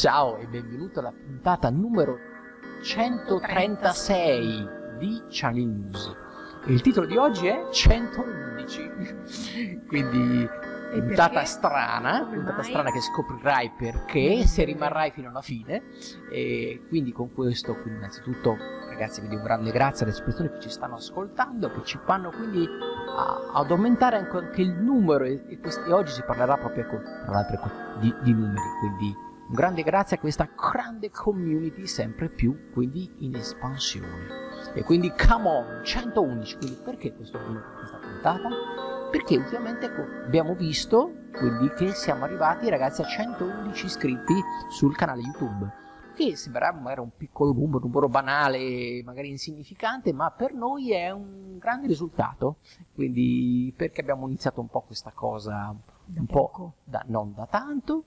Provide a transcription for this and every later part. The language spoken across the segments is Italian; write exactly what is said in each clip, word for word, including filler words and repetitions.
Ciao e benvenuto alla puntata numero centotrentasei di Channel News. Il titolo di oggi è centoundici, quindi E puntata perché? strana, Come puntata mai? strana che scoprirai perché, se rimarrai fino alla fine. E quindi con questo, quindi innanzitutto ragazzi vi dico un grande grazie alle persone che ci stanno ascoltando, che ci fanno quindi a, ad aumentare anche, anche il numero e, e, questi, e oggi si parlerà proprio ecco, tra l'altro ecco, di, di numeri, quindi un grande grazie a questa grande community sempre più quindi in espansione. E quindi come on, centoundici, quindi perché questo numero, questa puntata? Perché ultimamente ecco, abbiamo visto quindi che siamo arrivati ragazzi a centoundici iscritti sul canale YouTube, che sembrerà magari un piccolo numero, un numero banale, magari insignificante, ma per noi è un grande risultato, quindi perché abbiamo iniziato un po' questa cosa Da un poco. po' da, non da tanto,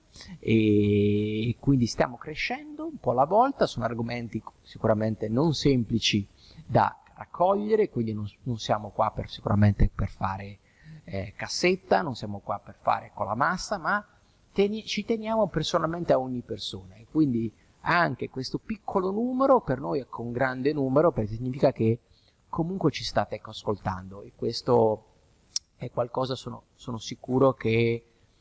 e quindi stiamo crescendo un po' alla volta, sono argomenti sicuramente non semplici da raccogliere, quindi non, non siamo qua per, sicuramente per fare eh, cassetta, non siamo qua per fare con la massa, ma teni, ci teniamo personalmente a ogni persona, e quindi anche questo piccolo numero per noi è un grande numero, perché significa che comunque ci state ecco, ascoltando, e questo è qualcosa, sono, sono sicuro che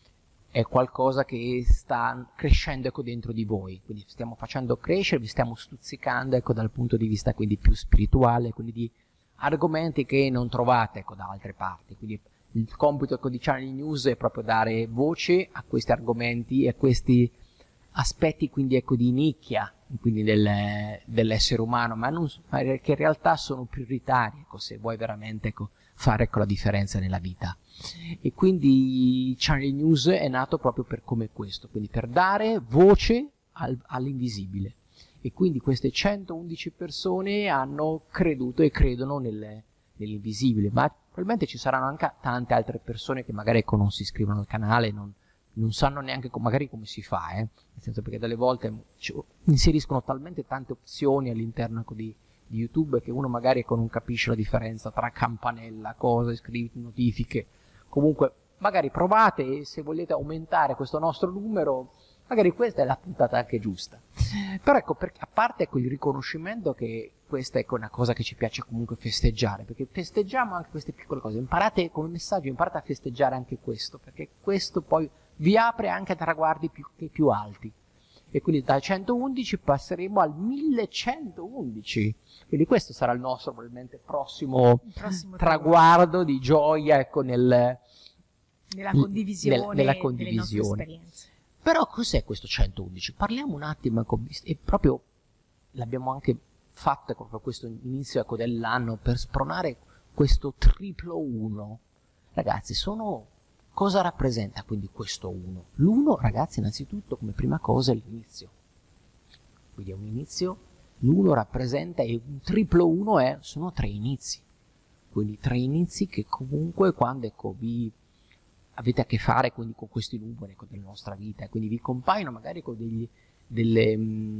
è qualcosa che sta crescendo ecco, dentro di voi, quindi stiamo facendo crescere, vi stiamo stuzzicando ecco, dal punto di vista quindi più spirituale, quindi di argomenti che non trovate ecco, da altre parti, quindi il compito ecco, di Channel News è proprio dare voce a questi argomenti e a questi aspetti quindi ecco di nicchia quindi del, dell'essere umano, ma, non, ma che in realtà sono prioritari ecco, se vuoi veramente ecco, fare ecco, la differenza nella vita. E quindi Channel News è nato proprio per come questo, quindi per dare voce al, all'invisibile, e quindi queste centoundici persone hanno creduto e credono nel, nell'invisibile, ma probabilmente ci saranno anche tante altre persone che magari ecco, non si iscrivono al canale, non non sanno neanche com magari come si fa, eh? Nel senso, perché delle volte inseriscono talmente tante opzioni all'interno ecco, di, di YouTube che uno magari ecco, non capisce la differenza tra campanella, cose, iscritti, notifiche. Comunque magari provate, e se volete aumentare questo nostro numero, magari questa è la puntata anche giusta. Però ecco, perché, a parte ecco, il riconoscimento che questa ecco, è una cosa che ci piace comunque festeggiare, perché festeggiamo anche queste piccole cose, imparate come messaggio, imparate a festeggiare anche questo, perché questo poi vi apre anche a traguardi più, più alti, e quindi da centoundici passeremo al millecentoundici, quindi questo sarà il nostro probabilmente prossimo, Il prossimo traguardo di gioia ecco, nel, nella condivisione, nel, nella delle condivisione. nostre esperienze. Però cos'è questo centoundici? Parliamo un attimo, ecco, e proprio l'abbiamo anche fatto ecco, per questo inizio ecco, dell'anno, per spronare questo triplo uno. Ragazzi, sono... cosa rappresenta quindi questo uno? L'uno, ragazzi, innanzitutto, come prima cosa, è l'inizio. Quindi è un inizio, l'uno rappresenta, e un triplo uno è, sono tre inizi. Quindi tre inizi che comunque quando ecco, vi avete a che fare quindi con questi numeri ecco, della nostra vita, quindi vi compaiono magari con degli, delle,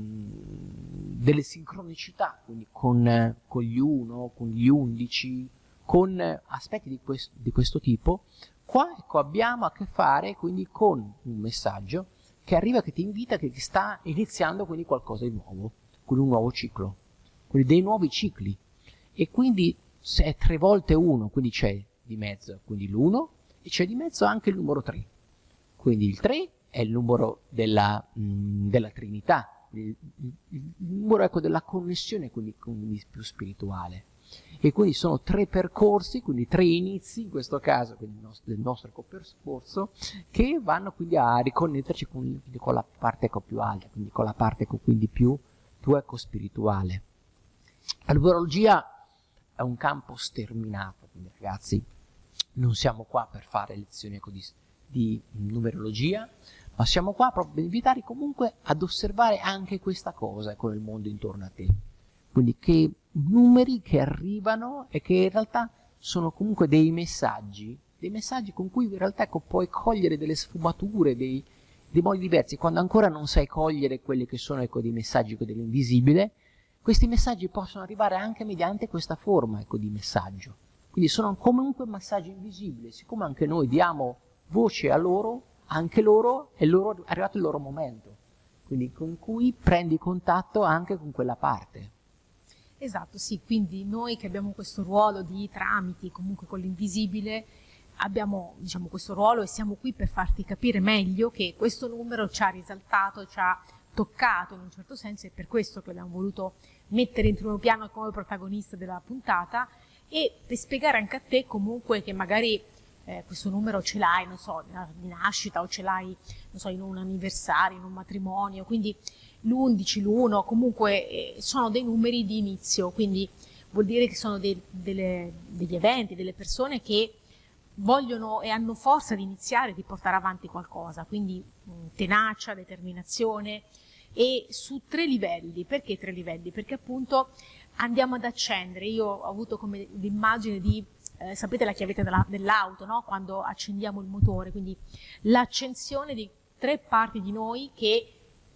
mh, delle sincronicità, quindi con, con gli uno, con gli undici, con aspetti di, quest, di questo tipo. Qua ecco, abbiamo a che fare quindi con un messaggio che arriva, che ti invita, che sta iniziando quindi qualcosa di nuovo, quindi un nuovo ciclo, quindi dei nuovi cicli, e quindi se è tre volte uno, quindi c'è di mezzo quindi l'uno, e c'è di mezzo anche il numero tre, quindi il tre è il numero della, mh, della Trinità, il, il, il numero ecco, della connessione quindi, quindi più spirituale. E quindi sono tre percorsi, quindi tre inizi in questo caso, quindi del nostro percorso, che vanno quindi a riconnetterci con, quindi con la parte ecco, più alta, quindi con la parte ecco, quindi più, più ecco, spirituale. La numerologia è un campo sterminato, quindi ragazzi non siamo qua per fare lezioni ecco, di, di numerologia, ma siamo qua proprio per invitare comunque ad osservare anche questa cosa con il mondo intorno a te. Quindi che numeri che arrivano e che in realtà sono comunque dei messaggi, dei messaggi con cui in realtà ecco, puoi cogliere delle sfumature, dei, dei modi diversi. Quando ancora non sai cogliere quelli che sono ecco, dei messaggi ecco, dell'invisibile, questi messaggi possono arrivare anche mediante questa forma ecco, di messaggio. Quindi sono comunque messaggi invisibili, siccome anche noi diamo voce a loro, anche loro è, loro, è arrivato il loro momento. quindi con cui prendi contatto anche con quella parte. Esatto, sì, quindi noi che abbiamo questo ruolo di tramiti, comunque con l'invisibile, abbiamo diciamo questo ruolo e siamo qui per farti capire meglio che questo numero ci ha risaltato, ci ha toccato in un certo senso, e per questo che l'abbiamo voluto mettere in primo piano come protagonista della puntata, e per spiegare anche a te comunque che magari eh, questo numero ce l'hai, non so, di nascita, o ce l'hai, non so, in un anniversario, in un matrimonio, quindi l'undici, l'uno, comunque eh, sono dei numeri di inizio, quindi vuol dire che sono dei, delle, degli eventi, delle persone che vogliono e hanno forza di iniziare, di portare avanti qualcosa, quindi mh, tenacia, determinazione, e su tre livelli. Perché tre livelli? Perché appunto andiamo ad accendere, io ho avuto come l'immagine di, eh, sapete la chiavetta della, dell'auto, no? Quando accendiamo il motore, quindi l'accensione di tre parti di noi che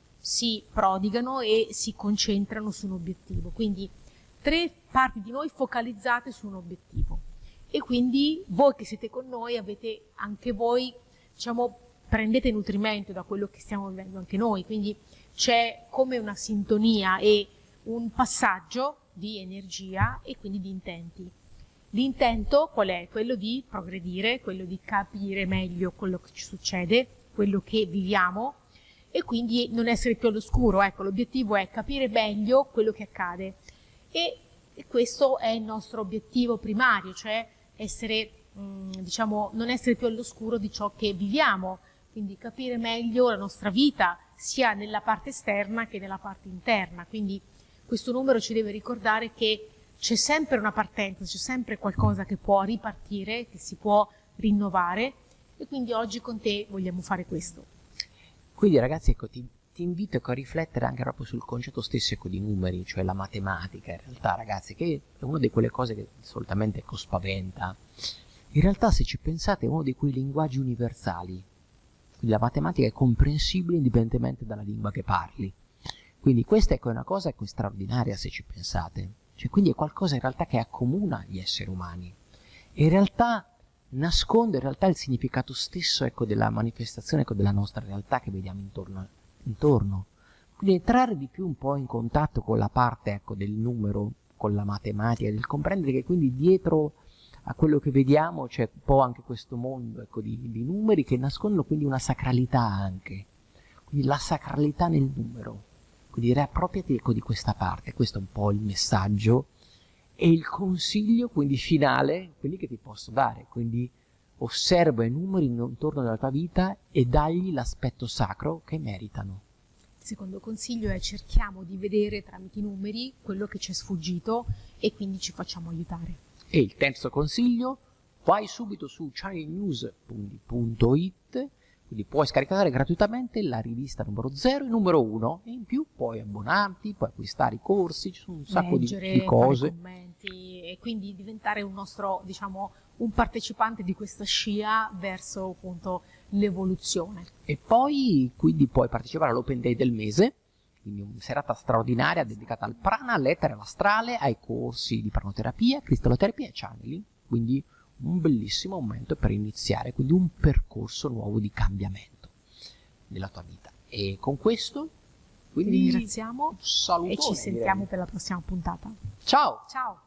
si prodigano e si concentrano su un obiettivo, quindi tre parti di noi focalizzate su un obiettivo. E quindi voi che siete con noi avete anche voi, diciamo, prendete nutrimento da quello che stiamo vivendo anche noi, quindi c'è come una sintonia e un passaggio di energia e quindi di intenti. L'intento qual è? Quello di progredire, quello di capire meglio quello che ci succede, quello che viviamo, e quindi non essere più all'oscuro. Ecco, l'obiettivo è capire meglio quello che accade, e, e questo è il nostro obiettivo primario, cioè essere, mh, diciamo, non essere più all'oscuro di ciò che viviamo, quindi capire meglio la nostra vita, sia nella parte esterna che nella parte interna. Quindi questo numero ci deve ricordare che c'è sempre una partenza, c'è sempre qualcosa che può ripartire, che si può rinnovare, e quindi oggi con te vogliamo fare questo. Quindi ragazzi, ecco, ti, ti invito ecco, a riflettere anche proprio sul concetto stesso ecco, di numeri, cioè la matematica, in realtà ragazzi, che è una di quelle cose che solitamente ecco, spaventa. In realtà, se ci pensate, è uno di quei linguaggi universali. Quindi la matematica è comprensibile indipendentemente dalla lingua che parli. Quindi questa ecco, è una cosa ecco, straordinaria se ci pensate. Cioè, quindi è qualcosa in realtà che accomuna gli esseri umani. E in realtà nasconde in realtà il significato stesso ecco, della manifestazione ecco, della nostra realtà che vediamo intorno, intorno. Quindi entrare di più un po' in contatto con la parte ecco, del numero, con la matematica, del comprendere che quindi dietro a quello che vediamo c'è un po' anche questo mondo ecco, di, di numeri che nascondono quindi una sacralità anche. Quindi la sacralità nel numero. Quindi riappropriati ecco, di questa parte, questo è un po' il messaggio e il consiglio quindi finale quindi che ti posso dare. Quindi osserva i numeri intorno alla tua vita e dagli l'aspetto sacro che meritano. Il secondo consiglio è: cerchiamo di vedere tramite i numeri quello che ci è sfuggito e quindi ci facciamo aiutare. E il terzo consiglio, vai subito su channel news punto it, quindi puoi scaricare gratuitamente la rivista numero zero e numero uno, e in più puoi abbonarti, puoi acquistare i corsi, ci sono un sacco Leggere, di, di cose. fare commenti, e quindi diventare un nostro, diciamo, un partecipante di questa scia verso appunto l'evoluzione. E poi quindi puoi partecipare all'Open Day del mese, quindi una serata straordinaria dedicata al prana, all'etere, all'astrale, ai corsi di pranoterapia, cristalloterapia e channeling, quindi un bellissimo momento per iniziare, quindi un percorso nuovo di cambiamento nella tua vita. E con questo quindi Ti ringraziamo salutone, e ci sentiamo direi. per la prossima puntata. Ciao! Ciao!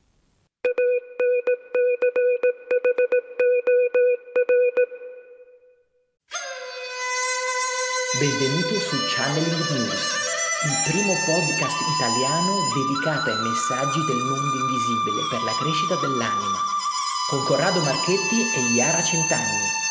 Benvenuto su Channeling News, il primo podcast italiano dedicato ai messaggi del mondo invisibile per la crescita dell'anima, con Corrado Marchetti e Iara Centanni.